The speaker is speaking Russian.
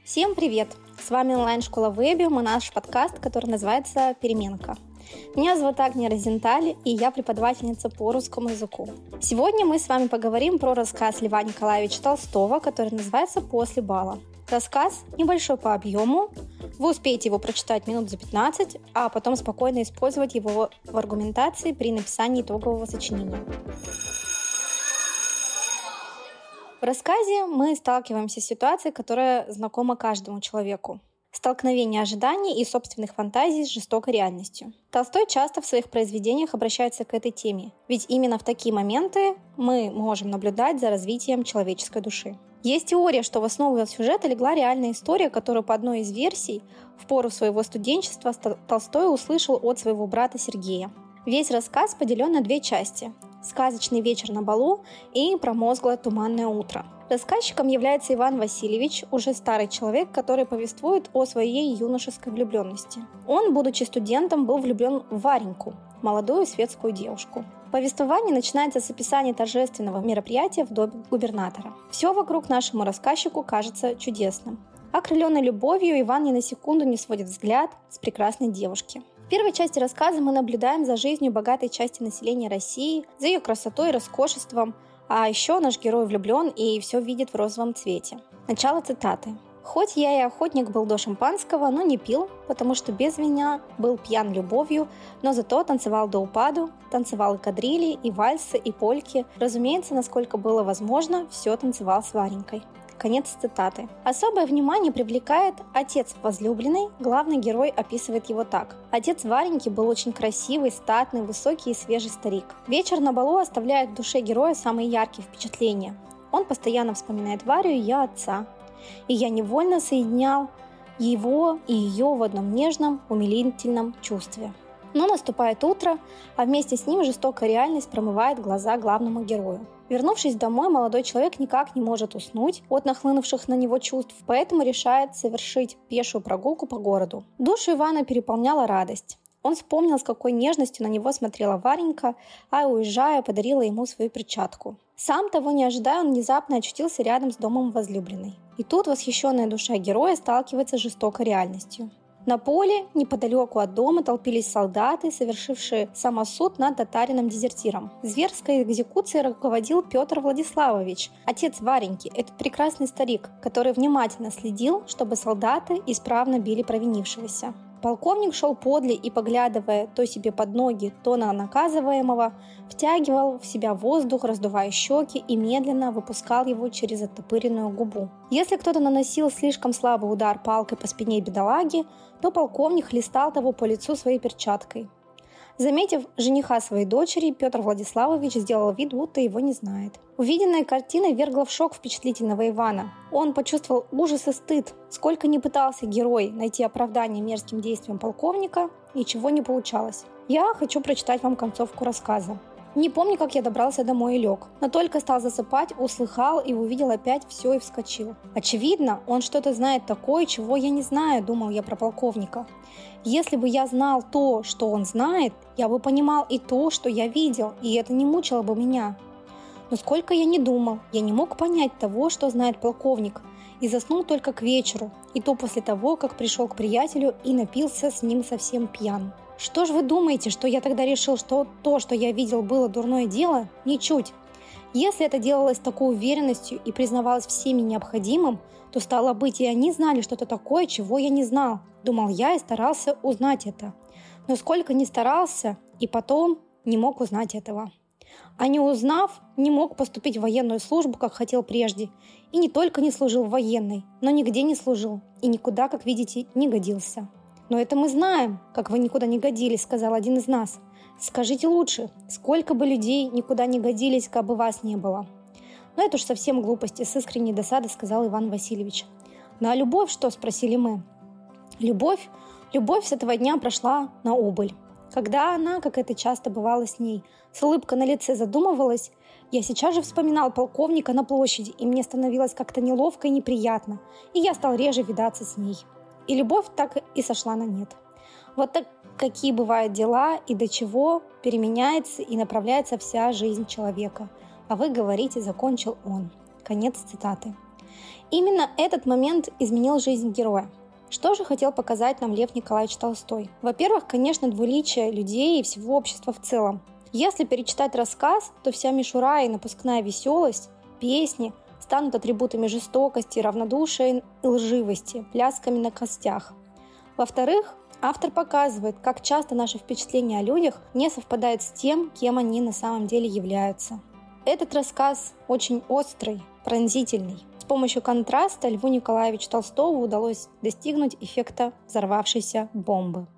Всем привет! С вами онлайн-школа Webium и наш подкаст, который называется «Переменка». Меня зовут Агния Розенталь, и я преподавательница по русскому языку. Сегодня мы с вами поговорим про рассказ Льва Николаевича Толстого, который называется «После бала». Рассказ небольшой по объему, вы успеете его прочитать минут за 15, а потом спокойно использовать его в аргументации при написании итогового сочинения. В рассказе мы сталкиваемся с ситуацией, которая знакома каждому человеку. Столкновение ожиданий и собственных фантазий с жестокой реальностью. Толстой часто в своих произведениях обращается к этой теме, ведь именно в такие моменты мы можем наблюдать за развитием человеческой души. Есть теория, что в основу сюжета легла реальная история, которую по одной из версий в пору своего студенчества Толстой услышал от своего брата Сергея. Весь рассказ поделен на две части – «Сказочный вечер на балу» и «Промозглое туманное утро». Рассказчиком является Иван Васильевич, уже старый человек, который повествует о своей юношеской влюбленности. Он, будучи студентом, был влюблен в Вареньку, молодую светскую девушку. Повествование начинается с описания торжественного мероприятия в доме губернатора. Все вокруг нашему рассказчику кажется чудесным. Окрыленный любовью, Иван ни на секунду не сводит взгляд с прекрасной девушки. В первой части рассказа мы наблюдаем за жизнью богатой части населения России, за ее красотой и роскошеством, а еще наш герой влюблен и все видит в розовом цвете. Начало цитаты. «Хоть я и охотник был до шампанского, но не пил, потому что без меня был пьян любовью, но зато танцевал до упаду, танцевал и кадрили, и вальсы, и польки. Разумеется, насколько было возможно, все танцевал с Варенькой». Конец цитаты. Особое внимание привлекает отец возлюбленной. Главный герой описывает его так. Отец Вареньки был очень красивый, статный, высокий и свежий старик. Вечер на балу оставляет в душе героя самые яркие впечатления. Он постоянно вспоминает Варю и ее отца. И я невольно соединял его и ее в одном нежном, умилительном чувстве. Но наступает утро, а вместе с ним жестокая реальность промывает глаза главному герою. Вернувшись домой, молодой человек никак не может уснуть от нахлынувших на него чувств, поэтому решает совершить пешую прогулку по городу. Душу Ивана переполняла радость. Он вспомнил, с какой нежностью на него смотрела Варенька, а уезжая, подарила ему свою перчатку. Сам того не ожидая, он внезапно очутился рядом с домом возлюбленной. И тут восхищенная душа героя сталкивается с жестокой реальностью. На поле, неподалеку от дома, толпились солдаты, совершившие самосуд над татарином-дезертиром. Зверской экзекуцией руководил Петр Владиславович, отец Вареньки, этот прекрасный старик, который внимательно следил, чтобы солдаты исправно били провинившегося. Полковник шел подле и, поглядывая то себе под ноги, то на наказываемого, втягивал в себя воздух, раздувая щеки, и медленно выпускал его через оттопыренную губу. Если кто-то наносил слишком слабый удар палкой по спине бедолаги, то полковник хлестал того по лицу своей перчаткой. Заметив жениха своей дочери, Петр Владиславович сделал вид, будто его не знает. Увиденная картина ввергла в шок впечатлительного Ивана. Он почувствовал ужас и стыд. Сколько ни пытался герой найти оправдание мерзким действиям полковника, ничего не получалось. Я хочу прочитать вам концовку рассказа. Не помню, как я добрался домой и лег, но только стал засыпать, услыхал и увидел опять все и вскочил. Очевидно, он что-то знает такое, чего я не знаю, думал я про полковника. Если бы я знал то, что он знает, я бы понимал и то, что я видел, и это не мучило бы меня. Но сколько я не думал, я не мог понять того, что знает полковник, и заснул только к вечеру, и то после того, как пришел к приятелю и напился с ним совсем пьян. Что ж вы думаете, что я тогда решил, что то, что я видел, было дурное дело? Ничуть. Если это делалось с такой уверенностью и признавалось всеми необходимым, то стало быть, и они знали что-то такое, чего я не знал. Думал я и старался узнать это. Но сколько ни старался, и потом не мог узнать этого. А не узнав, не мог поступить в военную службу, как хотел прежде. И не только не служил в военной, но нигде не служил. И никуда, как видите, не годился. «Но это мы знаем, как вы никуда не годились», — сказал один из нас. «Скажите лучше, сколько бы людей никуда не годились, как бы вас не было?» «Но это уж совсем глупости», — с искренней досадой сказал Иван Васильевич. «Ну а любовь что?» — спросили мы. Любовь с этого дня прошла на убыль. Когда она, как это часто бывало с ней, с улыбкой на лице задумывалась, я сейчас же вспоминал полковника на площади, и мне становилось как-то неловко и неприятно, и я стал реже видаться с ней. И любовь так и сошла на нет. Вот так какие бывают дела и до чего переменяется и направляется вся жизнь человека. А вы говорите, закончил он. Конец цитаты. Именно этот момент изменил жизнь героя. Что же хотел показать нам Лев Николаевич Толстой? Во-первых, конечно, двуличие людей и всего общества в целом. Если перечитать рассказ, то вся мишура и напускная веселость, песни станут атрибутами жестокости, равнодушия и лживости, плясками на костях. Во-вторых, автор показывает, как часто наши впечатления о людях не совпадают с тем, кем они на самом деле являются. Этот рассказ очень острый, пронзительный. С помощью контраста Льву Николаевичу Толстому удалось достигнуть эффекта взорвавшейся бомбы.